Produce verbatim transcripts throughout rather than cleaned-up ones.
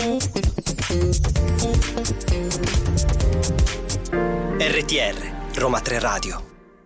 R T R Roma tre Radio.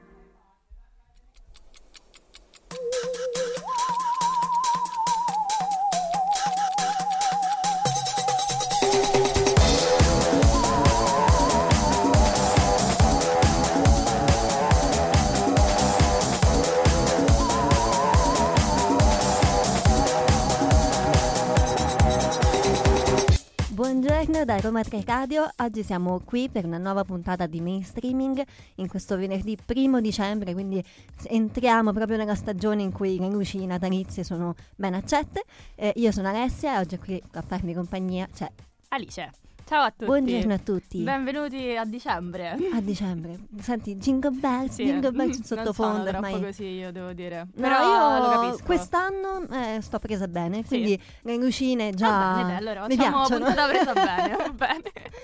Buongiorno da Roma tre Radio, oggi siamo qui per una nuova puntata di Mainstreaming in questo venerdì primo dicembre, quindi entriamo proprio nella stagione in cui le luci natalizie sono ben accette. Eh, io sono Alessia e oggi qui a farmi compagnia c'è Alice. Ciao a tutti. Buongiorno a tutti. Benvenuti a dicembre. A dicembre. Senti, Jingle Bells, sì. Jingle Bells in sottofondo. Non sono ormai. troppo così, io devo dire. No, Però io lo capisco. Quest'anno eh, sto presa bene, Sì. quindi le lucine già Va bene, dai, allora mi facciamo piacciono. puntata presa bene, va bene.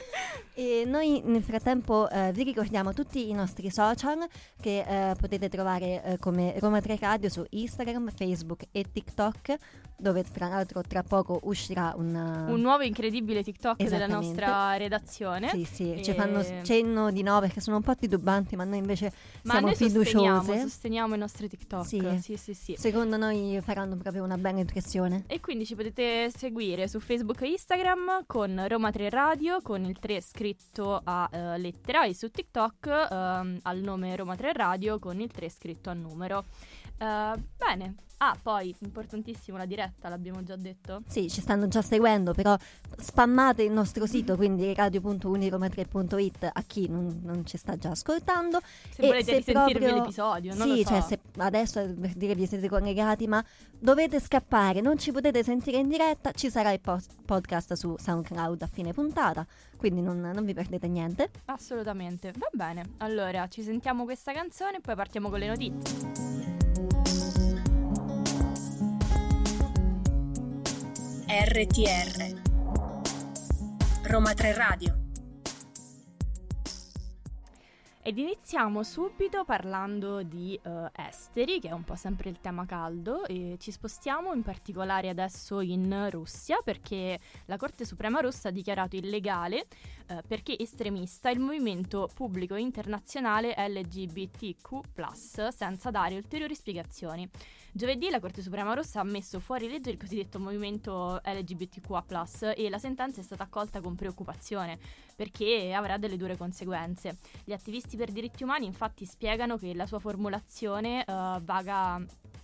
E noi nel frattempo eh, vi ricordiamo tutti i nostri social che eh, potete trovare eh, come Roma tre Radio su Instagram, Facebook e TikTok, dove tra l'altro tra poco uscirà un, Un nuovo incredibile TikTok della Esattamente. nostra redazione. Sì, sì, E- ci fanno cenno di no perché sono un po' titubanti, ma noi invece Ma siamo noi sosteniamo, fiduciose. sosteniamo i nostri TikTok. Sì. sì, sì. sì. Secondo noi faranno proprio una bella impressione. E quindi ci potete seguire su Facebook e Instagram con Roma tre Radio, con il tre scritto a eh, lettera, e su TikTok ehm, al nome Roma tre Radio con il tre scritto a numero. Eh, bene. Ah, poi, importantissimo, la diretta, l'abbiamo già detto? Sì, ci stanno già seguendo, però spammate il nostro sito, quindi radio punto uniroma tre punto it a chi non, non ci sta già ascoltando. Se E volete se risentirvi proprio- l'episodio, non sì, lo so. cioè se adesso eh, per dire vi siete collegati, ma dovete scappare, non ci potete sentire in diretta, ci sarà il post- podcast su SoundCloud a fine puntata, quindi non, non vi perdete niente. Assolutamente. Va bene. Allora, ci sentiamo questa canzone e poi partiamo con le notizie. R T R Roma tre Radio. Ed iniziamo subito parlando di eh, esteri, che è un po' sempre il tema caldo, e ci spostiamo in particolare adesso in Russia, perché la Corte Suprema russa ha dichiarato illegale, eh, perché estremista, il movimento pubblico internazionale L G B T Q plus, senza dare ulteriori spiegazioni. Giovedì la Corte Suprema russa ha messo fuori legge il cosiddetto movimento L G B T Q A plus, e la sentenza è stata accolta con preoccupazione, perché avrà delle dure conseguenze. Gli attivisti per diritti umani infatti spiegano che la sua formulazione uh, vaga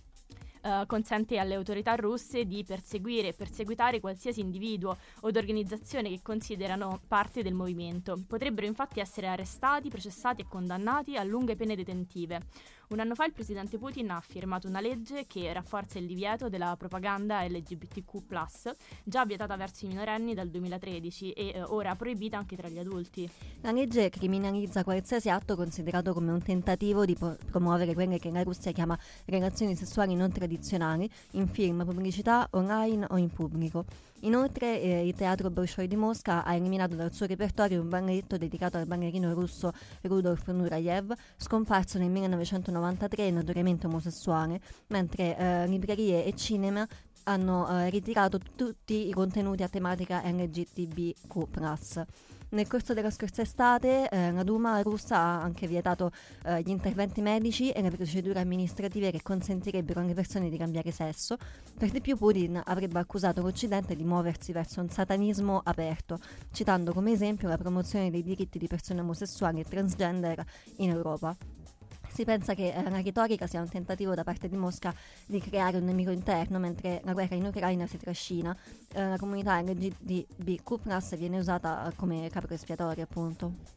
uh, consente alle autorità russe di perseguire e perseguitare qualsiasi individuo od organizzazione che considerano parte del movimento. Potrebbero infatti essere arrestati, processati e condannati a lunghe pene detentive. Un anno fa il presidente Putin ha firmato una legge che rafforza il divieto della propaganda L G B T Q plus, già vietata verso i minorenni dal duemilatredici e eh, ora proibita anche tra gli adulti. La legge criminalizza qualsiasi atto considerato come un tentativo di po- promuovere quelle che la Russia chiama relazioni sessuali non tradizionali in film, pubblicità, online o in pubblico. Inoltre eh, il Teatro Bolshoi di Mosca ha eliminato dal suo repertorio un balletto dedicato al ballerino russo Rudolf Nureyev, scomparso nel millenovecentonovantatré e notoriamente omosessuale, mentre eh, librerie e cinema hanno eh, ritirato tutti i contenuti a tematica L G B T Q plus. Nel corso della scorsa estate eh, la Duma russa ha anche vietato eh, gli interventi medici e le procedure amministrative che consentirebbero alle persone di cambiare sesso. Per di più Putin avrebbe accusato l'Occidente di muoversi verso un satanismo aperto, citando come esempio la promozione dei diritti di persone omosessuali e transgender in Europa. Si pensa che eh, la retorica sia un tentativo da parte di Mosca di creare un nemico interno, mentre la guerra in Ucraina si trascina. Eh, la comunità L G B T Q plus viene usata eh, come capro espiatorio, appunto.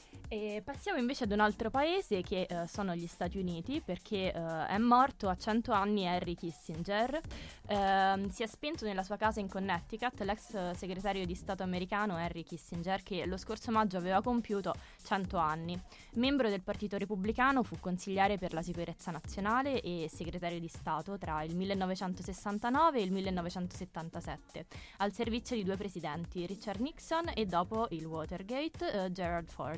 E passiamo invece ad un altro paese che eh, sono gli Stati Uniti, perché eh, è morto a cento anni Henry Kissinger. Eh, si è spento nella sua casa in Connecticut l'ex segretario di Stato americano Henry Kissinger, che lo scorso maggio aveva compiuto cento anni. Membro del Partito Repubblicano, fu consigliere per la sicurezza nazionale e segretario di Stato tra il millenovecentosessantanove e il millenovecentosettantasette, al servizio di due presidenti, Richard Nixon e dopo il Watergate, eh, Gerald Ford.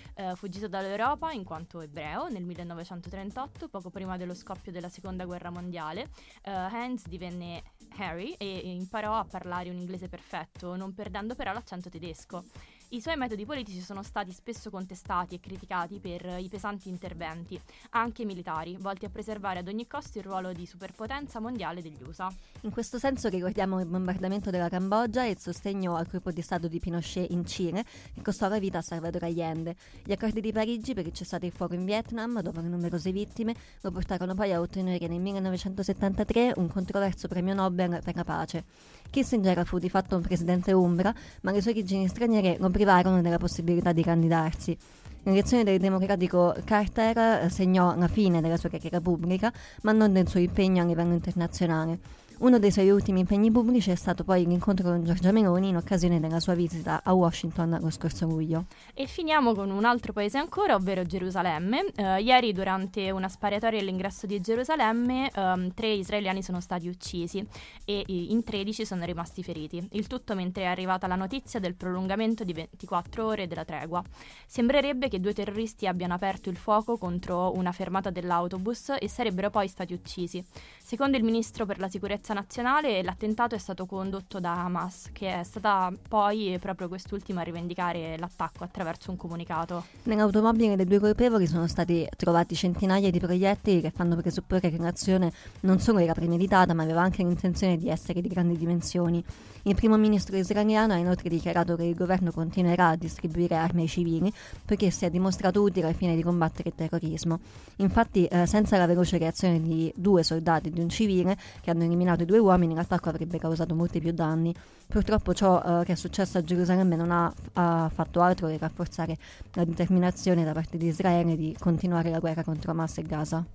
eh, fuggito dall'Europa in quanto ebreo nel millenovecentotrentotto, poco prima dello scoppio della seconda guerra mondiale. eh, Heinz divenne Harry e imparò a parlare un inglese perfetto, non perdendo però l'accento tedesco. I suoi metodi politici sono stati spesso contestati e criticati per i pesanti interventi, anche militari, volti a preservare ad ogni costo il ruolo di superpotenza mondiale degli U S A. In questo senso ricordiamo il bombardamento della Cambogia e il sostegno al colpo di stato di Pinochet in Cile, che costò la vita a Salvador Allende. Gli accordi di Parigi per il cessate il fuoco in Vietnam, dopo le numerose vittime, lo portarono poi a ottenere nel millenovecentosettantatré un controverso premio Nobel per la pace. Kissinger fu di fatto un presidente ombra, ma le sue origini straniere lo privarono della possibilità di candidarsi. L'elezione del democratico Carter segnò la fine della sua carriera pubblica, ma non del suo impegno a livello internazionale. Uno dei suoi ultimi impegni pubblici è stato poi l'incontro con Giorgia Meloni in occasione della sua visita a Washington lo scorso luglio. E finiamo con un altro paese ancora, ovvero Gerusalemme. Uh, ieri, durante una sparatoria all'ingresso di Gerusalemme, um, tre israeliani sono stati uccisi e in tredici sono rimasti feriti. Il tutto mentre è arrivata la notizia del prolungamento di ventiquattro ore della tregua. Sembrerebbe che due terroristi abbiano aperto il fuoco contro una fermata dell'autobus e sarebbero poi stati uccisi. Secondo il ministro per la sicurezza nazionale, l'attentato è stato condotto da Hamas, che è stata poi proprio quest'ultima a rivendicare l'attacco attraverso un comunicato. Nell'automobile dei due colpevoli sono stati trovati centinaia di proiettili che fanno presupporre che l'azione non solo era premeditata, ma aveva anche l'intenzione di essere di grandi dimensioni. Il primo ministro israeliano ha inoltre dichiarato che il governo continuerà a distribuire armi ai civili perché si è dimostrato utile al fine di combattere il terrorismo. Infatti, eh, senza la veloce reazione di due soldati e di un civile che hanno eliminato i due uomini, l'attacco avrebbe causato molti più danni. Purtroppo ciò eh, che è successo a Gerusalemme non ha, ha fatto altro che rafforzare la determinazione da parte di Israele di continuare la guerra contro Hamas e Gaza.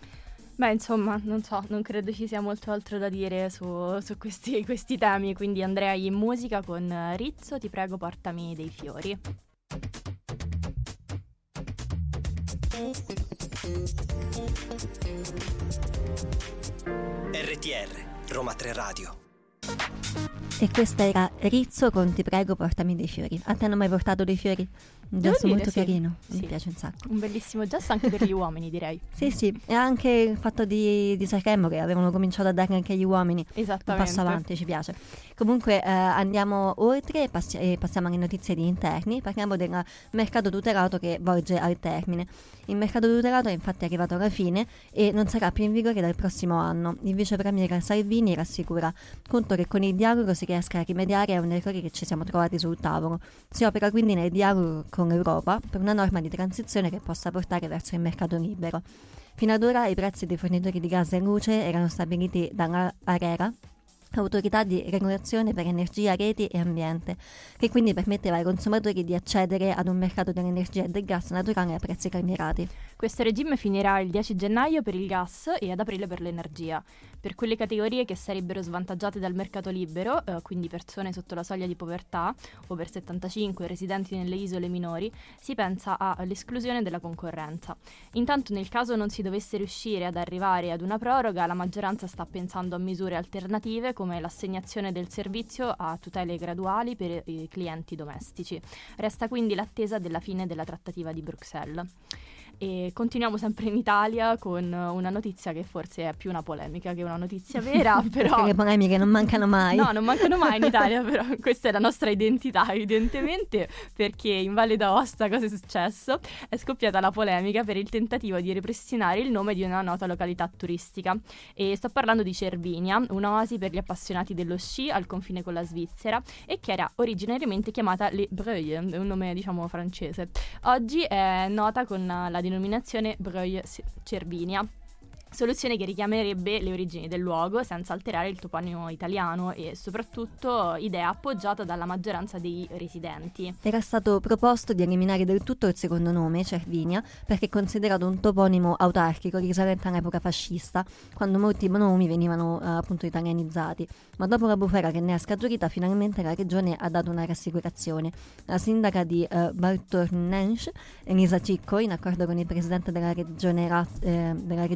Beh, insomma, non so, non credo ci sia molto altro da dire su, su questi, questi temi, quindi andrei in musica con Rizzo, Ti prego portami dei fiori. R T R, Roma tre Radio. E questa era Rizzo con Ti prego portami dei fiori. A te hanno mai portato dei fiori? Un gesto dire, molto sì. carino, Sì. mi piace un sacco. Un bellissimo gesto anche per gli uomini, direi. Sì, sì, e anche il fatto di, di Sanremo che avevano cominciato a dare anche agli uomini. Esattamente. Un passo avanti, ci piace. Comunque eh, andiamo oltre e, passi- e passiamo alle notizie di interni. Parliamo del mercato tutelato che volge al termine. Il mercato tutelato è infatti arrivato alla fine e non sarà più in vigore dal prossimo anno. Il vice premier Salvini rassicura: conto che con il dialogo si riesca a rimediare a un errore che ci siamo trovati sul tavolo. Si opera quindi nel dialogo con l'Europa per una norma di transizione che possa portare verso il mercato libero. Fino ad ora i prezzi dei fornitori di gas e luce erano stabiliti dall'ARERA, Autorità di regolazione per energia, reti e ambiente, che quindi permetteva ai consumatori di accedere ad un mercato dell'energia e del gas naturale a prezzi calmierati. Questo regime finirà il dieci gennaio per il gas e ad aprile per l'energia. Per quelle categorie che sarebbero svantaggiate dal mercato libero, eh, quindi persone sotto la soglia di povertà, over settantacinque, residenti nelle isole minori, si pensa all'esclusione della concorrenza. Intanto, nel caso non si dovesse riuscire ad arrivare ad una proroga, la maggioranza sta pensando a misure alternative come l'assegnazione del servizio a tutele graduali per i clienti domestici. Resta quindi l'attesa della fine della trattativa di Bruxelles. E continuiamo sempre in Italia con una notizia che forse è più una polemica che una notizia vera, però... Perché le polemiche non mancano mai. No, non mancano mai in Italia, però questa è la nostra identità, evidentemente, perché in Valle d'Aosta cosa è successo? È scoppiata la polemica per il tentativo di ripristinare il nome di una nota località turistica. E sto parlando di Cervinia, un'oasi per gli appassionati dello sci al confine con la Svizzera e che era originariamente chiamata Les Breuils, un nome diciamo francese. Oggi è nota con la denominazione Breuil Cervinia, soluzione che richiamerebbe le origini del luogo senza alterare il toponimo italiano e soprattutto idea appoggiata dalla maggioranza dei residenti. Era stato proposto di eliminare del tutto il secondo nome, Cervinia, perché è considerato un toponimo autarchico risalente all'epoca fascista, quando molti nomi venivano uh, appunto italianizzati. Ma dopo la bufera che ne è scaturita, finalmente la regione ha dato una rassicurazione. La sindaca di uh, Valtournenche, Elisa Cicco, in accordo con il presidente della regione, Rat- eh, della regione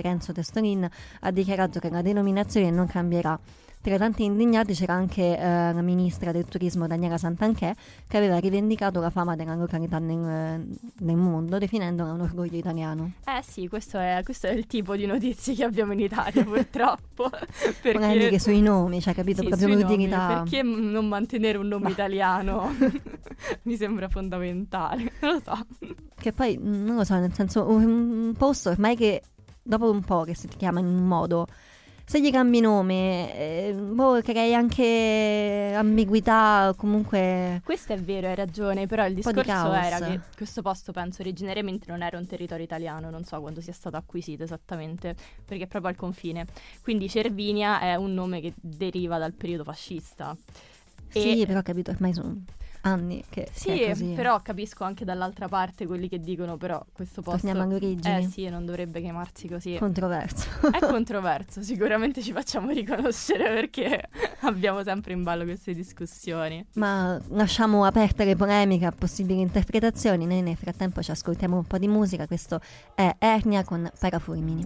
Renzo Testonin, ha dichiarato che la denominazione non cambierà. Tra i tanti indignati c'era anche eh, la ministra del turismo Daniela Santanchè, che aveva rivendicato la fama della località nel, nel mondo, definendola un orgoglio italiano. Eh sì, questo è, questo è il tipo di notizie che abbiamo in Italia purtroppo. Perché... Polemiche sui nomi, cioè capito, sì, proprio l'utilità. Perché non mantenere un nome Ma... italiano mi sembra fondamentale, non lo so. Che poi, non lo so, nel senso, un posto ormai che dopo un po' che si chiama in un modo, se gli cambi nome, eh, boh, crei anche ambiguità, comunque... Questo è vero, hai ragione, però il discorso caos. era che questo posto, penso, originariamente non era un territorio italiano, non so quando sia stato acquisito esattamente, perché è proprio al confine. Quindi Cervinia è un nome che deriva dal periodo fascista. Sì, e... però ho capito, ormai sono anni che, sì, che è così. Però capisco anche dall'altra parte quelli che dicono però questo posto... Torniamo alle origini. Eh sì, non dovrebbe chiamarsi così. Controverso. È controverso, sicuramente ci facciamo riconoscere perché abbiamo sempre in ballo queste discussioni. Ma lasciamo aperte le polemiche a possibili interpretazioni. Noi nel frattempo ci ascoltiamo un po' di musica. Questo è Ernia con Parafulmini.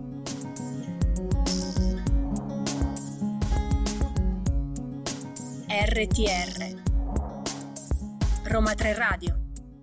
R T R Roma tre Radio.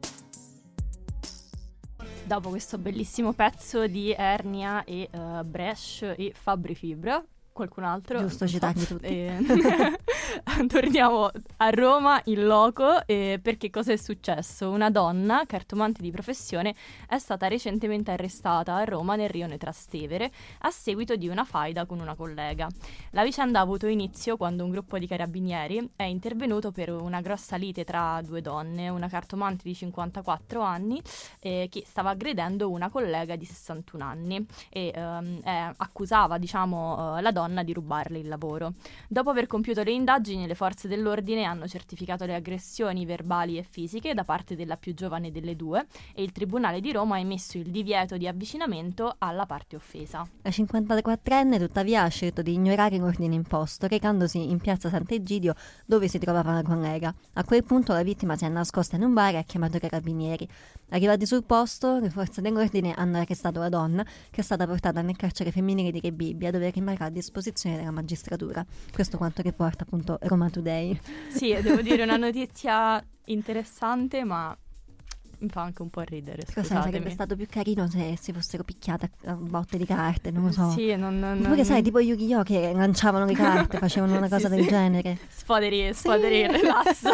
Dopo questo bellissimo pezzo di Ernia e uh, Bresh e Fabri Fibra, qualcun altro? Giusto citarli so. tutti. E... torniamo a Roma in loco, eh, perché cosa è successo? Una donna, cartomante di professione, è stata recentemente arrestata a Roma nel rione Trastevere a seguito di una faida con una collega. La vicenda ha avuto inizio quando un gruppo di carabinieri è intervenuto per una grossa lite tra due donne, una cartomante di cinquantaquattro anni eh, che stava aggredendo una collega di sessantuno anni e ehm, eh, accusava, diciamo, eh, la donna di rubarle il lavoro. Dopo aver compiuto le indagini, le forze dell'ordine hanno certificato le aggressioni verbali e fisiche da parte della più giovane delle due e il Tribunale di Roma ha emesso il divieto di avvicinamento alla parte offesa. La cinquantaquattrenne tuttavia ha scelto di ignorare l'ordine imposto, recandosi in piazza Sant'Egidio dove si trovava la collega. A quel punto la vittima si è nascosta in un bar e ha chiamato i carabinieri. Arrivati sul posto, le forze dell'ordine hanno arrestato la donna, che è stata portata nel carcere femminile di Rebibbia, dove rimarrà a disposizione della magistratura. Questo quanto riporta appunto Roma Today. Sì, devo dire una notizia interessante, ma mi fa anche un po' ridere. Cosa sarebbe stato più carino se si fossero picchiate a botte di carte, non lo so. Sì, non, non, Oppure sai, tipo Yu-Gi-Oh! Che lanciavano le carte, facevano una cosa sì, del sì. genere. Sfoderi, sfoderi il rilasso.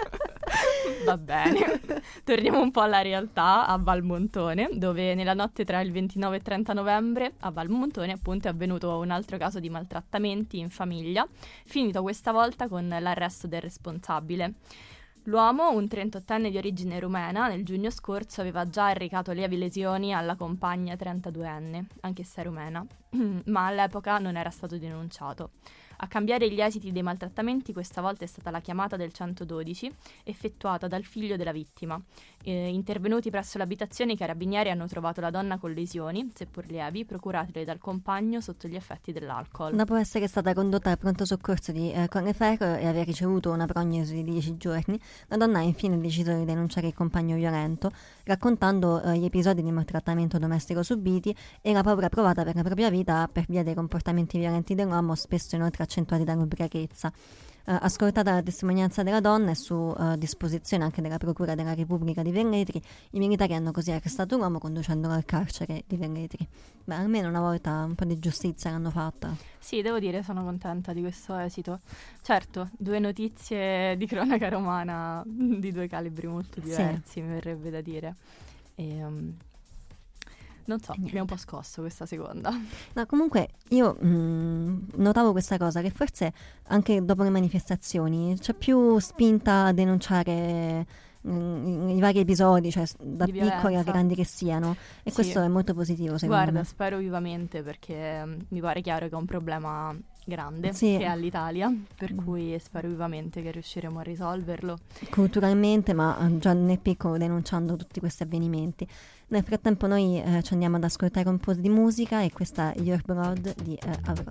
Va bene. Torniamo un po' alla realtà, a Valmontone, dove nella notte tra il ventinove e trenta novembre a Valmontone appunto è avvenuto un altro caso di maltrattamenti in famiglia, finito questa volta con l'arresto del responsabile. L'uomo, un trentottenne di origine rumena, nel giugno scorso aveva già arrecato lievi lesioni alla compagna trentaduenne, anche se rumena, ma all'epoca non era stato denunciato. A cambiare gli esiti dei maltrattamenti questa volta è stata la chiamata del centododici effettuata dal figlio della vittima. Eh, intervenuti presso l'abitazione, i carabinieri hanno trovato la donna con lesioni, seppur lievi, procuratele dal compagno sotto gli effetti dell'alcol. Dopo essere stata condotta al pronto soccorso di eh, Colleferro e aver ricevuto una prognosi di dieci giorni, la donna ha infine deciso di denunciare il compagno violento, raccontando eh, gli episodi di maltrattamento domestico subiti e la paura provata per la propria vita per via dei comportamenti violenti dell'uomo, spesso inoltre accentuati dall'ubriachezza. Uh, ascoltata la testimonianza della donna e su uh, disposizione anche della Procura della Repubblica di Velletri, i militari hanno così arrestato l'uomo conducendolo al carcere di Velletri. Beh, almeno una volta un po' di giustizia l'hanno fatta. Sì, devo dire, sono contenta di questo esito. Certo, due notizie di cronaca romana di due calibri molto diversi, sì. Mi verrebbe da dire. E, um... non so, mi ha un po' scosso questa seconda. No, comunque io mh, notavo questa cosa, che forse anche dopo le manifestazioni c'è più spinta a denunciare mh, i vari episodi, cioè da Di piccoli violenza. a grandi che siano, e Sì. questo è molto positivo secondo Guarda, me. spero vivamente, perché mh, mi pare chiaro che è un problema grande Sì. che ha l'Italia, per Mm. cui spero vivamente che riusciremo a risolverlo. Culturalmente, ma eh, già nel piccolo, denunciando tutti questi avvenimenti. Nel frattempo noi eh, ci andiamo ad ascoltare un po' di musica, e questa è Your Blood di eh, Aurora.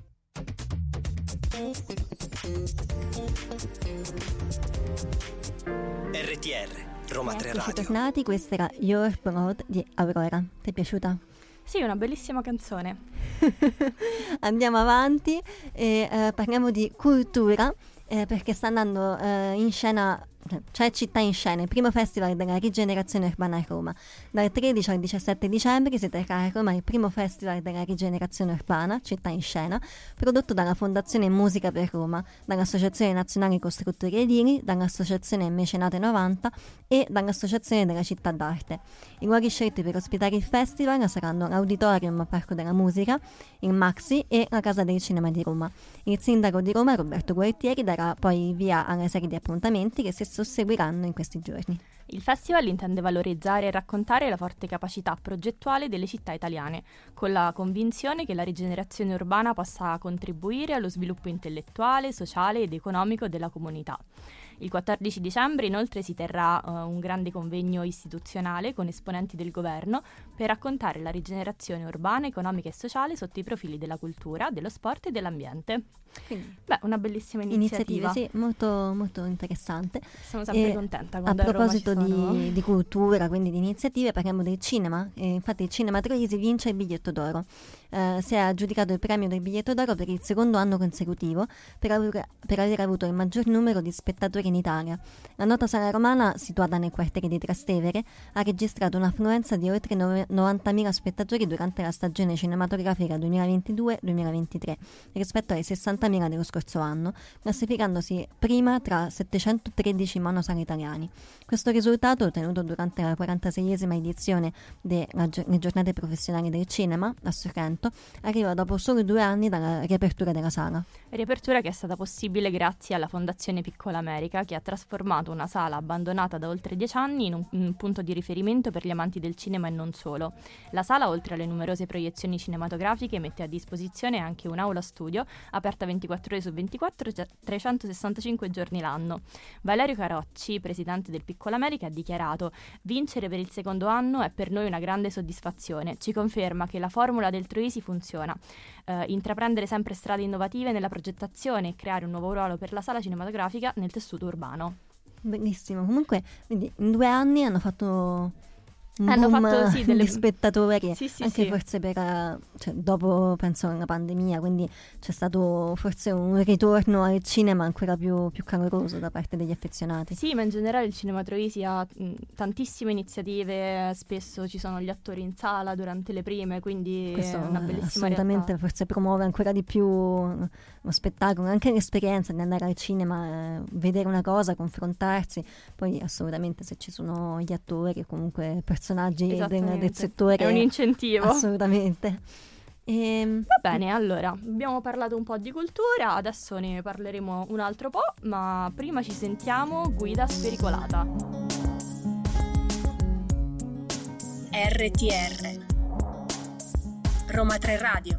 R T R Roma tre Eccoci Radio. tornati, questa era Your Blood di Aurora. Ti è piaciuta? Sì, una bellissima canzone. Andiamo avanti e eh, parliamo di cultura, eh, perché sta andando eh, in scena, cioè Città in Scena, il primo festival della rigenerazione urbana a Roma. Dal tredici al diciassette dicembre si terrà a Roma il primo festival della rigenerazione urbana, Città in Scena, prodotto dalla Fondazione Musica per Roma, dall'Associazione Nazionale Costruttori Edili, dall'Associazione Mecenate novanta e dall'Associazione della Città d'Arte. I luoghi scelti per ospitare il festival saranno l'Auditorium Parco della Musica, il Maxi e la Casa del Cinema di Roma. Il sindaco di Roma, Roberto Gualtieri, darà poi via alla serie di appuntamenti che si susseguiranno in questi giorni. Il festival intende valorizzare e raccontare la forte capacità progettuale delle città italiane, con la convinzione che la rigenerazione urbana possa contribuire allo sviluppo intellettuale, sociale ed economico della comunità. Il quattordici dicembre inoltre si terrà uh, un grande convegno istituzionale con esponenti del governo per raccontare la rigenerazione urbana, economica e sociale sotto i profili della cultura, dello sport e dell'ambiente. Quindi, beh, una bellissima iniziativa. Iniziative, sì, molto, molto interessante. Sono sempre e contenta quando a proposito a Roma ci sono... di, di cultura, quindi di iniziative, parliamo del cinema. E infatti il Cinema Troisi vince il biglietto d'oro. Uh, si è aggiudicato il premio del biglietto d'oro per il secondo anno consecutivo per, aver, per aver avuto il maggior numero di spettatori in Italia. La nota sala romana, situata nel quartiere di Trastevere, ha registrato un'affluenza di oltre novantamila spettatori durante la stagione cinematografica duemilaventidue duemilaventitré rispetto ai sessantamila dello scorso anno, classificandosi prima tra settecentotredici monosale italiani. Questo risultato, ottenuto durante la quarantaseiesima edizione delle giornate professionali del cinema a Sorrento, arriva dopo solo due anni dalla riapertura della sala. Riapertura che è stata possibile grazie alla Fondazione Piccola America, che ha trasformato una sala abbandonata da oltre dieci anni in un, un punto di riferimento per gli amanti del cinema e non solo. La sala, oltre alle numerose proiezioni cinematografiche, mette a disposizione anche un'aula studio aperta ventiquattro ore su ventiquattro, trecentosessantacinque giorni l'anno. Valerio Carocci, presidente del Piccola America, ha dichiarato: vincere per il secondo anno è per noi una grande soddisfazione, ci conferma che la formula del Troisi funziona. Uh, intraprendere sempre strade innovative nella progettazione e creare un nuovo ruolo per la sala cinematografica nel tessuto urbano. Bellissimo. Comunque, quindi in due anni hanno fatto un hanno boom fatto sì, delle... di spettatori, sì, sì, anche sì. forse per cioè, dopo penso alla pandemia, quindi c'è stato forse un ritorno al cinema ancora più, più caloroso da parte degli affezionati. Sì, ma in generale il Cinema Troisi ha mh, tantissime iniziative, spesso ci sono gli attori in sala durante le prime, quindi questo è una bellissima assolutamente realtà. Forse promuove ancora di più lo spettacolo, anche l'esperienza di andare al cinema, eh, vedere una cosa, confrontarsi, poi assolutamente se ci sono gli attori o comunque personaggi del, del settore è un incentivo, assolutamente. E... va bene, allora abbiamo parlato un po' di cultura, adesso ne parleremo un altro po', ma prima ci sentiamo Guida Spericolata. R T R Roma tre Radio.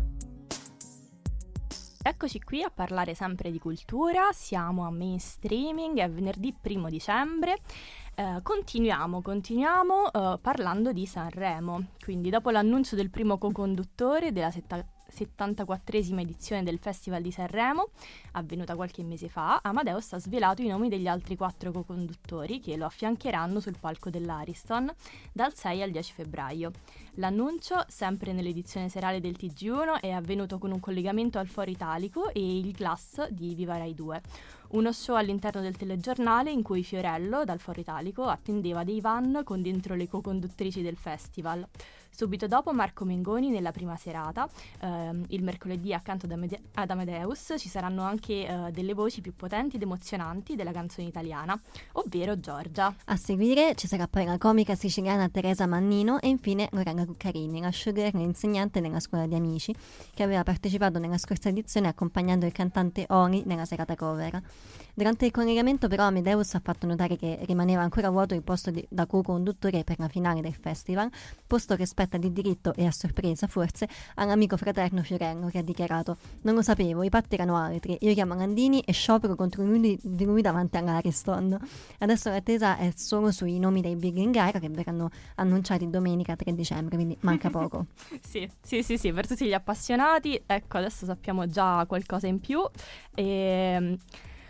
Eccoci qui a parlare sempre di cultura, siamo a Mainstreaming, è venerdì primo dicembre. Uh, continuiamo, continuiamo uh, parlando di Sanremo. Quindi dopo l'annuncio del primo co-conduttore della setta- settantaquattresima edizione del Festival di Sanremo, avvenuta qualche mese fa, Amadeus ha svelato i nomi degli altri quattro co-conduttori che lo affiancheranno sul palco dell'Ariston dal sei al dieci febbraio. L'annuncio, sempre nell'edizione serale del T G uno, è avvenuto con un collegamento al Foro Italico e il Glass di Viva Rai due. Uno show all'interno del telegiornale in cui Fiorello, dal Foro Italico, attendeva dei van con dentro le co-conduttrici del festival. Subito dopo Marco Mengoni nella prima serata, ehm, il mercoledì accanto ad, Amede- ad Amadeus ci saranno anche eh, delle voci più potenti ed emozionanti della canzone italiana, ovvero Giorgia. A seguire ci sarà poi la comica siciliana Teresa Mannino e infine Lorella Cuccarini, la showgirl e insegnante nella scuola di Amici, che aveva partecipato nella scorsa edizione accompagnando il cantante Oli nella serata cover. Durante il collegamento però Amadeus ha fatto notare che rimaneva ancora vuoto il posto di, da co-conduttore per la finale del festival, posto che spetta di diritto e a sorpresa forse all'amico fraterno Fiorello, che ha dichiarato: non lo sapevo, i patti erano altri, io chiamo Landini e sciopero contro lui, di lui davanti all'Ariston. Adesso l'attesa è solo sui nomi dei big in gara che verranno annunciati domenica tre dicembre, quindi manca poco. sì, sì, sì, sì, per tutti gli appassionati, ecco, adesso sappiamo già qualcosa in più. E...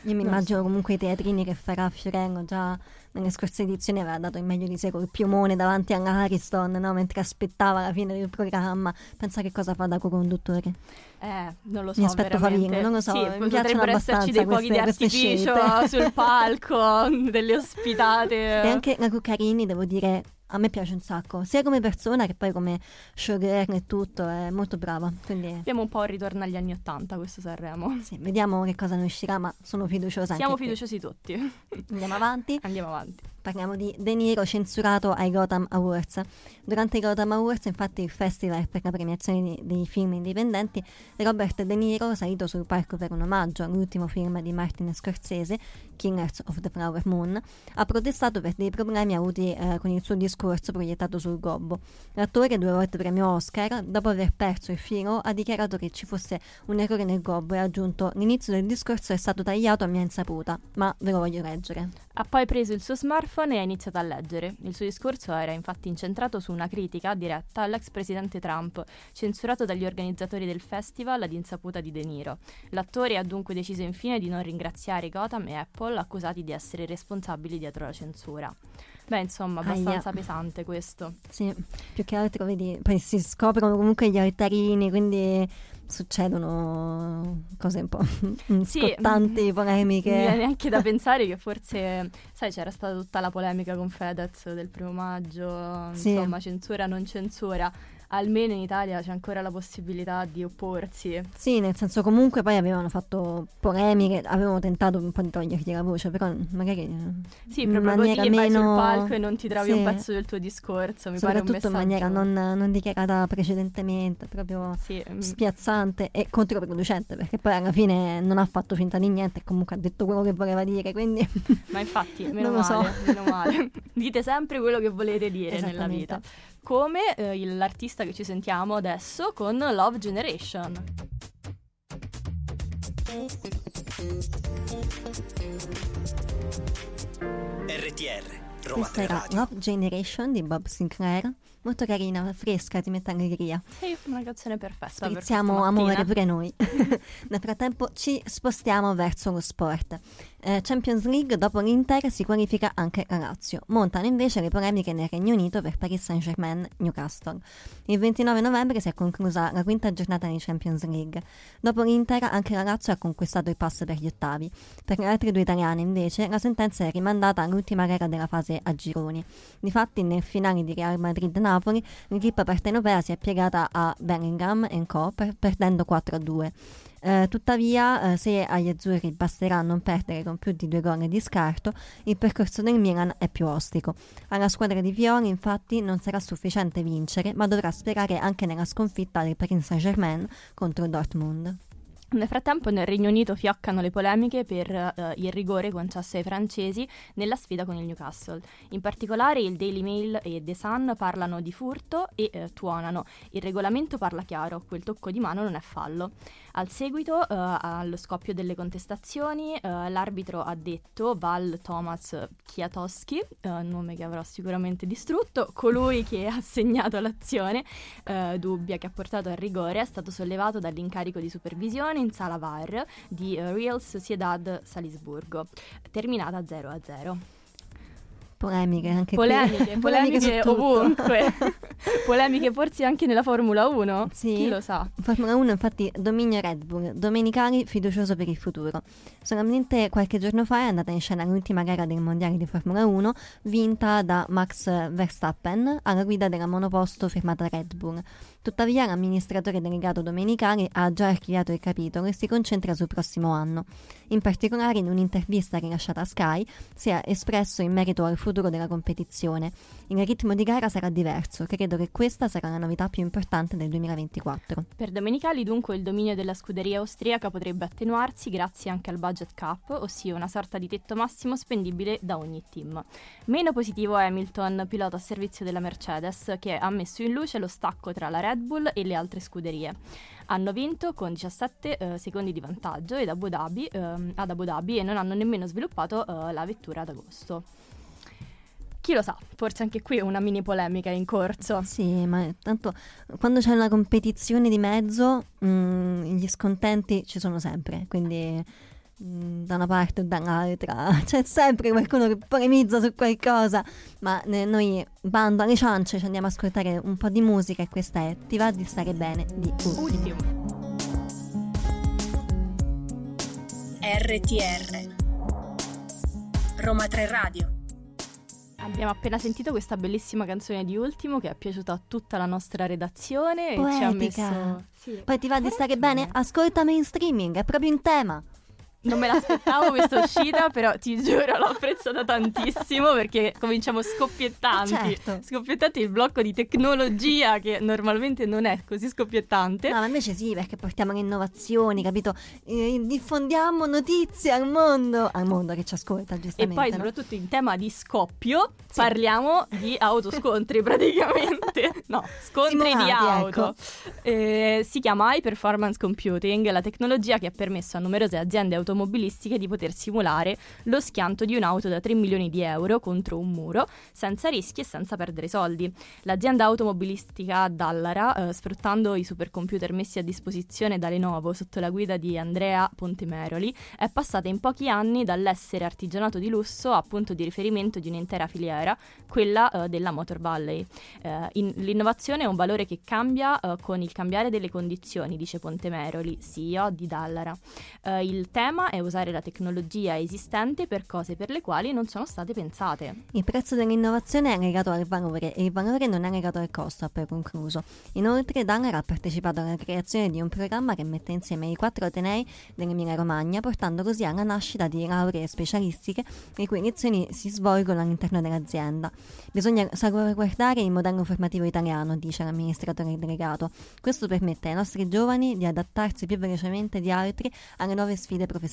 Io mi Non immagino so. comunque i teatrini che farà Fiorengo, già nelle scorse edizioni aveva dato il meglio di sé col piumone davanti alla Ariston, no? Mentre aspettava la fine del programma. Pensa che cosa fa da co-conduttore. Eh, non lo so, Mi aspetto veramente. Favino, non lo so, Sì, mi piacciono potrebbero esserci dei abbastanza fuochi di queste- queste artificio scelte. sul palco, delle ospitate. E anche la Cuccarini, devo dire, a me piace un sacco, sia come persona che poi come showgirl e tutto, è molto brava. Quindi Abbiamo un po' un ritorno agli anni Ottanta questo Sanremo. sì, vediamo che cosa ne uscirà, ma sono fiduciosa anche Siamo qui. fiduciosi tutti. Andiamo avanti. Andiamo avanti. Parliamo di De Niro censurato ai Gotham Awards. Durante i Gotham Awards, infatti, il festival per la premiazione di- dei film indipendenti, Robert De Niro, salito sul palco per un omaggio all'ultimo film di Martin Scorsese, Killers of the Flower Moon, ha protestato per dei problemi avuti eh, con il suo discorso proiettato sul gobbo. L'attore, due volte premio Oscar, dopo aver perso il filo, ha dichiarato che ci fosse un errore nel gobbo e ha aggiunto: l'inizio del discorso è stato tagliato a mia insaputa, ma ve lo voglio leggere. Ha poi preso il suo smartphone e ha iniziato a leggere. Il suo discorso era infatti incentrato su una critica diretta all'ex presidente Trump, censurato dagli organizzatori del festival ad insaputa di De Niro. L'attore ha dunque deciso infine di non ringraziare Gotham e Apple, accusati di essere responsabili dietro la censura. Beh, insomma, abbastanza Aia. pesante questo. Sì, più che altro, vedi, poi si scoprono comunque gli altarini, quindi succedono cose un po' Sì, scottanti, Mi polemiche. viene anche da pensare che forse, sai, c'era stata tutta la polemica con Fedez del primo maggio, Sì. insomma, censura, non censura. Almeno in Italia c'è ancora la possibilità di opporsi. Sì, nel senso, comunque poi avevano fatto polemiche, avevano tentato un po' di togliergli la voce, però magari Sì, in proprio maniera così vai sul meno- palco e non ti trovi sì, un pezzo del tuo discorso, mi pare un soprattutto in messaggio. maniera non, non dichiarata precedentemente, proprio Sì, mm, spiazzante e controproducente, perché poi alla fine non ha fatto finta di niente e comunque ha detto quello che voleva dire, quindi ma infatti, meno Non lo so. male, meno male. Dite sempre quello che volete dire nella Esattamente. vita. Come eh, il- l'artista che ci sentiamo adesso con Love Generation. R T R, Roma questa tre era Radio. Love Generation di Bob Sinclair, molto carina, fresca, ti mette allegria. Sì, una canzone perfetta. per Sprizziamo questa amore mattina. pure noi. Nel frattempo ci spostiamo verso lo sport. Eh, Champions League, dopo l'Inter si qualifica anche la Lazio. Montano invece le polemiche nel Regno Unito per Paris Saint-Germain Newcastle. Il ventinove novembre si è conclusa la quinta giornata di Champions League. Dopo l'Inter anche la Lazio ha conquistato il pass per gli ottavi. Per le altre due italiane invece la sentenza è rimandata all'ultima gara della fase a gironi. Difatti nel finale di Real Madrid-Napoli l'equipe partenopea si è piegata a Bellingham and Co. per- perdendo quattro a due. Eh, tuttavia, eh, se agli azzurri basterà non perdere con più di due gol di scarto, il percorso del Milan è più ostico. Alla squadra di Pioli, infatti, non sarà sufficiente vincere, ma dovrà sperare anche nella sconfitta del Paris Saint-Germain contro il Dortmund. Nel frattempo nel Regno Unito fioccano le polemiche per eh, il rigore concesso ai francesi nella sfida con il Newcastle. In particolare il Daily Mail e The Sun parlano di furto e eh, tuonano. Il regolamento parla chiaro, quel tocco di mano non è fallo. Al seguito, eh, allo scoppio delle contestazioni, eh, l'arbitro ha detto Val Thomas Kwiatkowski, eh, nome che avrò sicuramente distrutto, colui che ha segnato l'azione eh, dubbia che ha portato al rigore, è stato sollevato dall'incarico di supervisione in sala V A R di eh, Real Sociedad Salisburgo, terminata zero a zero. Polemiche anche Polemiche, qui. polemiche su tutto. ovunque. Polemiche forse anche nella Formula uno? Sì. Chi lo sa? Formula uno, infatti, dominio Red Bull, Domenicali fiducioso per il futuro. Solamente qualche giorno fa è andata in scena l'ultima gara del mondiale di Formula uno, vinta da Max Verstappen alla guida della monoposto firmata Red Bull. Tuttavia l'amministratore delegato Domenicali ha già archiviato il capitolo e si concentra sul prossimo anno. In particolare, in un'intervista rilasciata a Sky, si è espresso in merito al futuro della competizione. Il ritmo di gara sarà diverso, credo che questa sarà la novità più importante del duemilaventiquattro. Per Domenicali dunque il dominio della scuderia austriaca potrebbe attenuarsi grazie anche al budget cap, ossia una sorta di tetto massimo spendibile da ogni team. Meno positivo è Hamilton, pilota a servizio della Mercedes, che ha messo in luce lo stacco tra la Red Bull e le altre scuderie. Hanno vinto con diciassette eh, secondi di vantaggio ed Abu Dhabi, ehm, ad Abu Dhabi e non hanno nemmeno sviluppato eh, la vettura ad agosto. Chi lo sa, forse anche qui una mini polemica in corso. Sì, ma tanto quando c'è una competizione di mezzo, mh, gli scontenti ci sono sempre, quindi mh, da una parte o dall'altra, c'è sempre qualcuno che polemizza su qualcosa, ma eh, noi bando alle ciance, ci andiamo a ascoltare un po' di musica e questa è Ti va di stare bene di Ultimo. Ultimo. R T R Roma tre Radio. Abbiamo appena sentito questa bellissima canzone di Ultimo che è piaciuta a tutta la nostra redazione e ci ha Poetica. messo... Sì. Poi ti va di stare bene? Ascolta mainstreaming, è proprio in tema. Non me l'aspettavo questa uscita, però ti giuro l'ho apprezzata tantissimo perché cominciamo scoppiettanti. Certo. Scoppiettanti, il blocco di tecnologia che normalmente non è così scoppiettante. No, ma invece sì, perché portiamo le innovazioni, capito? Eh, diffondiamo notizie al mondo, al mondo che ci ascolta, E giustamente. poi no? soprattutto in tema di scoppio Sì. parliamo di autoscontri praticamente. No, scontri Simulati, di auto. ecco. Eh, si chiama High Performance Computing, la tecnologia che ha permesso a numerose aziende automobilistiche di poter simulare lo schianto di un'auto da tre milioni di euro contro un muro senza rischi e senza perdere soldi. L'azienda automobilistica Dallara, eh, sfruttando i supercomputer messi a disposizione da Lenovo sotto la guida di Andrea Pontemeroli, è passata in pochi anni dall'essere artigianato di lusso a punto di riferimento di un'intera filiera, quella eh, della Motor Valley. Eh, in, l'innovazione è un valore che cambia eh, con il cambiare delle condizioni, dice Pontemeroli, C E O di Dallara. Eh, il tema è usare la tecnologia esistente per cose per le quali non sono state pensate. Il prezzo dell'innovazione è legato al valore e il valore non è legato al costo, ha poi concluso. Inoltre Dallara ha partecipato alla creazione di un programma che mette insieme i quattro atenei dell'Emilia Romagna, portando così alla nascita di lauree specialistiche le cui lezioni si svolgono all'interno dell'azienda. Bisogna salvaguardare il modello formativo italiano, dice l'amministratore delegato. Questo permette ai nostri giovani di adattarsi più velocemente di altri alle nuove sfide professionali.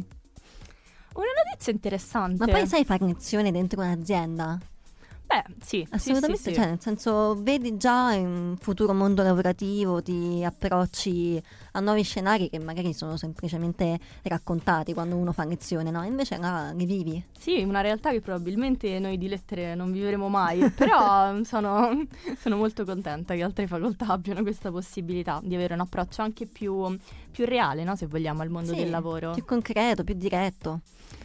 Una notizia interessante. Ma poi sai fare lezione dentro un'azienda? Beh, sì, Assolutamente, sì, sì, cioè sì. nel senso vedi già in un futuro mondo lavorativo, ti approcci a nuovi scenari che magari sono semplicemente raccontati quando uno fa lezione, no? Invece là li vivi. Sì, una realtà che probabilmente noi di lettere non vivremo mai, però sono, sono molto contenta che altre facoltà abbiano questa possibilità di avere un approccio anche più, più reale, no? Se vogliamo, al mondo Sì, del lavoro. più concreto, più diretto.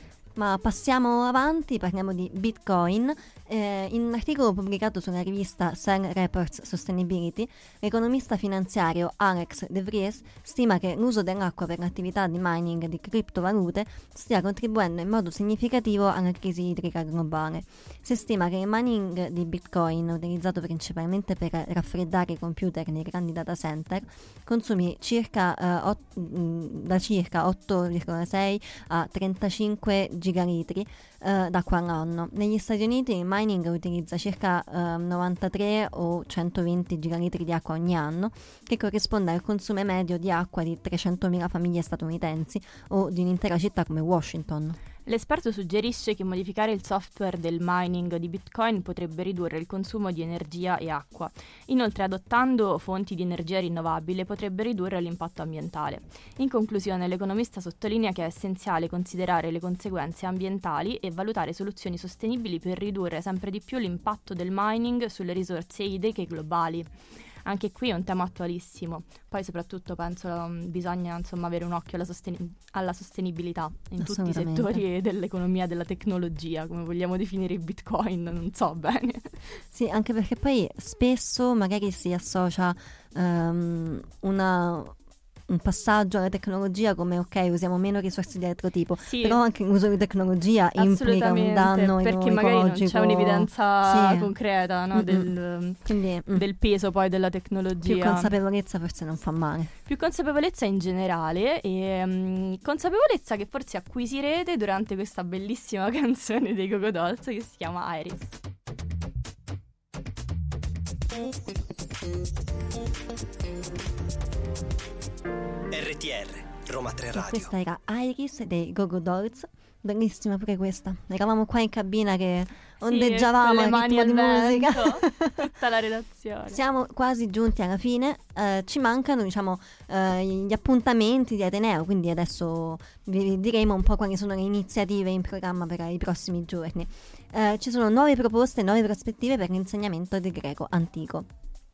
Ma passiamo avanti, parliamo di Bitcoin. Eh, in un articolo pubblicato sulla rivista Cell Reports Sustainability, l'economista finanziario Alex De Vries stima che l'uso dell'acqua per l'attività di mining di criptovalute stia contribuendo in modo significativo alla crisi idrica globale. Si stima che il mining di Bitcoin, utilizzato principalmente per raffreddare i computer nei grandi data center, consumi circa, eh, ot- da circa otto virgola sei a trentacinque gigalitri eh, d'acqua all'anno. Negli Stati Uniti il mining utilizza circa eh, novantatré o centoventi gigalitri di acqua ogni anno, che corrisponde al consumo medio di acqua di trecentomila famiglie statunitensi o di un'intera città come Washington. L'esperto suggerisce che modificare il software del mining di Bitcoin potrebbe ridurre il consumo di energia e acqua. Inoltre, adottando fonti di energia rinnovabile potrebbe ridurre l'impatto ambientale. In conclusione, l'economista sottolinea che è essenziale considerare le conseguenze ambientali e valutare soluzioni sostenibili per ridurre sempre di più l'impatto del mining sulle risorse idriche globali. Anche qui è un tema attualissimo. Poi soprattutto penso um, bisogna insomma avere un occhio alla, sosten- alla sostenibilità in tutti i settori dell'economia e della tecnologia, come vogliamo definire i Bitcoin, non so bene. Sì, anche perché poi spesso magari si associa um, una... un passaggio alla tecnologia come ok, usiamo meno risorse di altro tipo, Sì. però anche l'uso di tecnologia implica un danno perché magari non c'è ecologico. un'evidenza Sì. concreta, no, Mm-mm. del, Quindi mm, del peso poi della tecnologia. più consapevolezza forse non fa male. Più consapevolezza in generale e um, consapevolezza che forse acquisirete durante questa bellissima canzone dei Go Go Dolls che si chiama Iris. R T R Roma tre E Radio. questa era Iris dei Go Go Dolls, bellissima pure questa. Eravamo qua in cabina che ondeggiavamo sì, al mani ritmo di al musica. vento, tutta la redazione. Siamo quasi giunti alla fine, eh, ci mancano diciamo eh, gli appuntamenti di Ateneo, quindi adesso vi diremo un po' quali sono le iniziative in programma per i prossimi giorni. Eh, ci sono nuove proposte, nuove prospettive per l'insegnamento del greco antico.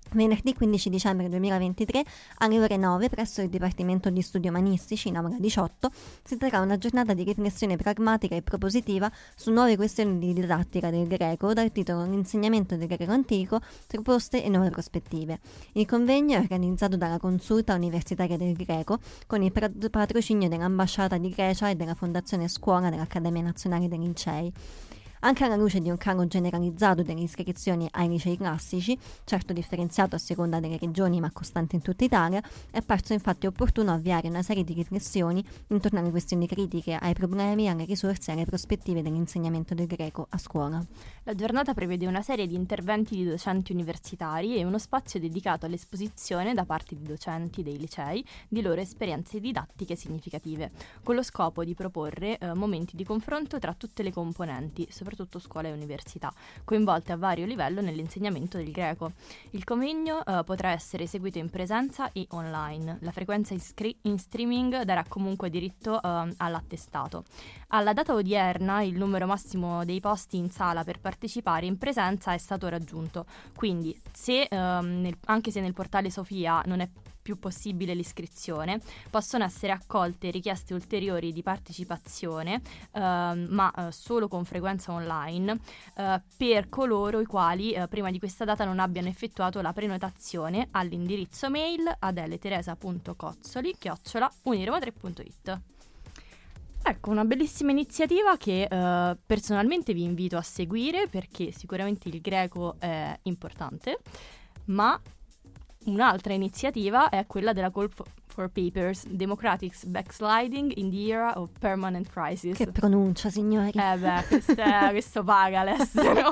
Venerdì quindici dicembre duemilaventitré alle ore nove presso il Dipartimento di Studi Umanistici in Aula diciotto si terrà una giornata di riflessione pragmatica e propositiva su nuove questioni di didattica del greco dal titolo L'insegnamento del greco antico, proposte e nuove prospettive. Il convegno è organizzato dalla Consulta Universitaria del Greco con il patrocinio dell'Ambasciata di Grecia e della Fondazione Scuola dell'Accademia Nazionale dei Lincei. Anche alla luce di un calo generalizzato delle iscrizioni ai licei classici, certo differenziato a seconda delle regioni ma costante in tutta Italia, è parso infatti opportuno avviare una serie di riflessioni intorno alle questioni critiche, ai problemi, alle risorse e alle prospettive dell'insegnamento del greco a scuola. La giornata prevede una serie di interventi di docenti universitari e uno spazio dedicato all'esposizione da parte di docenti dei licei di loro esperienze didattiche significative, con lo scopo di proporre eh, momenti di confronto tra tutte le componenti, soprattutto scuole e università, coinvolte a vario livello nell'insegnamento del greco. Il convegno eh, potrà essere eseguito in presenza e online. La frequenza in, scri- in streaming darà comunque diritto eh, all'attestato. Alla data odierna il numero massimo dei posti in sala per partecipare in presenza è stato raggiunto, quindi se, ehm, nel, anche se nel portale Sofia non è più possibile l'iscrizione, possono essere accolte richieste ulteriori di partecipazione, ehm, ma eh, solo con frequenza online, eh, per coloro i quali eh, prima di questa data non abbiano effettuato la prenotazione all'indirizzo mail adeleteresa punto cozzoli chiocciola uniroma tre punto it. Ecco, una bellissima iniziativa che eh, personalmente vi invito a seguire, perché sicuramente il greco è importante, ma un'altra iniziativa è quella della Call for, for Papers, Democratic Backsliding in the Era of Permanent Crisis. Che pronuncia, signori! Eh beh, questo, è, questo paga l'estero.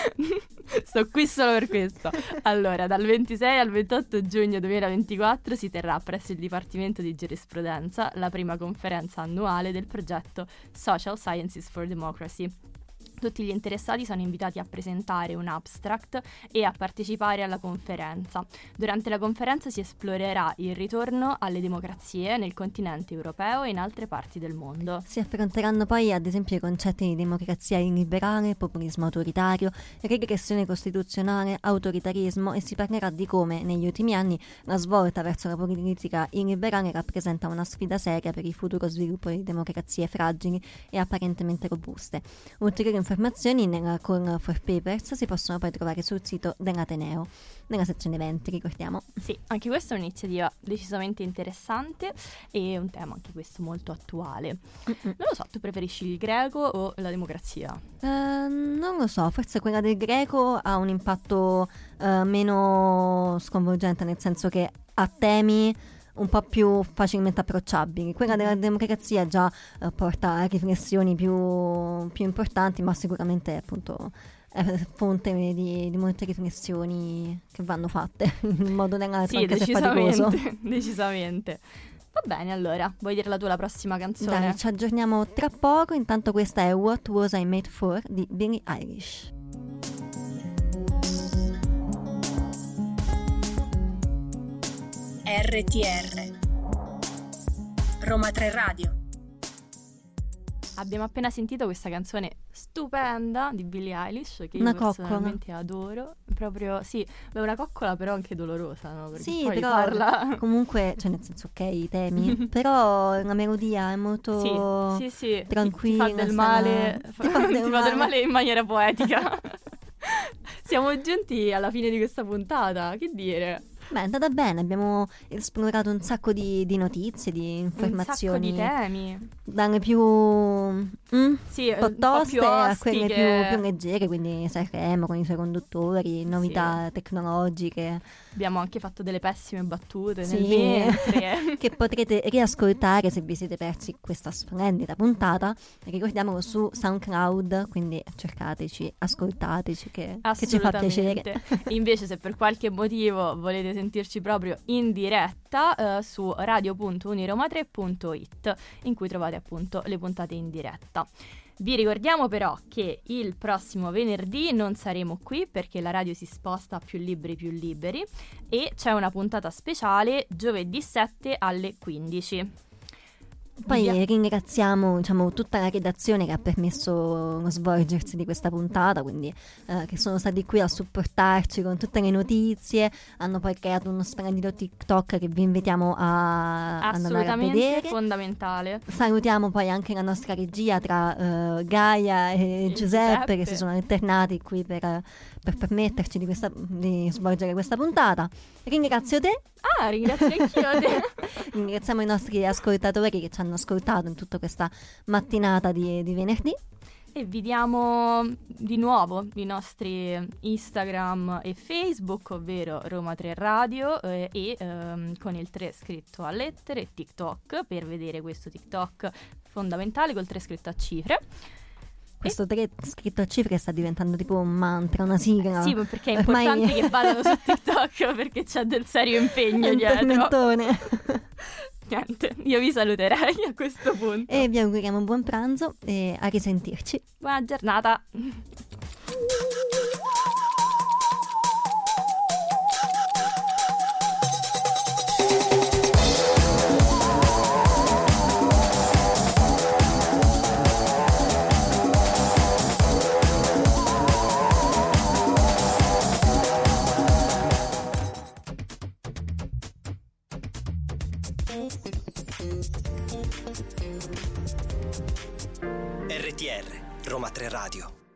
Sto qui solo per questo. Allora, dal ventisei al ventotto giugno duemilaventiquattro si terrà presso il Dipartimento di Giurisprudenza la prima conferenza annuale del progetto Social Sciences for Democracy. Tutti gli interessati sono invitati a presentare un abstract e a partecipare alla conferenza. Durante la conferenza si esplorerà il ritorno alle democrazie nel continente europeo e in altre parti del mondo. Si affronteranno poi ad esempio i concetti di democrazia illiberale, populismo autoritario, regressione costituzionale, autoritarismo e si parlerà di come negli ultimi anni la svolta verso la politica illiberale rappresenta una sfida seria per il futuro sviluppo di democrazie fragili e apparentemente robuste. Ulteriori informazioni nella Call for Papers si possono poi trovare sul sito dell'Ateneo, nella sezione eventi, ricordiamo. Sì, anche questa è un'iniziativa decisamente interessante e un tema anche questo molto attuale. Mm-mm. Non lo so, tu preferisci il greco o la democrazia? Uh, non lo so, forse quella del greco ha un impatto uh, meno sconvolgente, nel senso che ha temi un po' più facilmente approcciabili. Quella della democrazia già eh, porta a riflessioni più, più importanti, ma sicuramente appunto è fonte di, di molte riflessioni che vanno fatte in modo o nell'altro, sì, anche se faticoso. Decisamente. Va bene, allora, vuoi dire la tua la prossima canzone? Dai, ci aggiorniamo tra poco. Intanto questa è What Was I Made For di Billie Eilish. R T R Roma tre Radio. Abbiamo appena sentito questa canzone stupenda di Billie Eilish che una io coccola. personalmente adoro. Proprio, sì, è una coccola però anche dolorosa, no? Perché sì, poi però parla... comunque, cioè nel senso, ok, i temi, però la melodia è molto sì, sì, sì. tranquilla. Ti fa del male, fa, ti fa del, ti male. fa del male in maniera poetica. Siamo giunti alla fine di questa puntata, che dire? Beh, è andata bene, abbiamo esplorato un sacco di, di notizie, di informazioni. Un sacco di temi. Dalle più mm, sì, un po' toste a quelle più, più leggere, quindi Sanremo con i suoi conduttori, novità sì. tecnologiche. Abbiamo anche fatto delle pessime battute sì. nel mentre. Che potrete riascoltare se vi siete persi questa splendida puntata. Ricordiamolo su SoundCloud, quindi cercateci, ascoltateci, che, che ci fa piacere. E invece se per qualche motivo volete sentirci proprio in diretta, eh, su radio punto uniroma tre punto it, in cui trovate appunto le puntate in diretta. Vi ricordiamo però che il prossimo venerdì non saremo qui perché la radio si sposta a Più Libri Più Liberi e c'è una puntata speciale giovedì sette alle quindici. Poi Via. ringraziamo, diciamo, tutta la redazione che ha permesso lo svolgersi di questa puntata, quindi eh, che sono stati qui a supportarci con tutte le notizie, hanno poi creato uno splendido TikTok che vi invitiamo a ad andare a Assolutamente vedere. fondamentale. Salutiamo poi anche la nostra regia tra eh, Gaia e E Giuseppe, Giuseppe. che si sono alternati qui per, per permetterci di, questa, di svolgere questa puntata. Ringrazio te, Ah, ringrazio anch'io te. ringraziamo i nostri ascoltatori che ci hanno ascoltato in tutta questa mattinata di, di venerdì. E vi diamo di nuovo i nostri Instagram e Facebook, ovvero Roma tre Radio eh, e ehm, con il tre scritto a lettere e TikTok per vedere questo TikTok fondamentale col tre scritto a cifre. Questo tre scritto a cifre sta diventando tipo un mantra, una sigla. Sì, perché è Ormai- importante che vadano su TikTok perché c'è del serio impegno È un dietro. tormentone. Niente, io vi saluterei a questo punto. E vi auguriamo un buon pranzo e a risentirci. Buona giornata. R T R Roma tre Radio.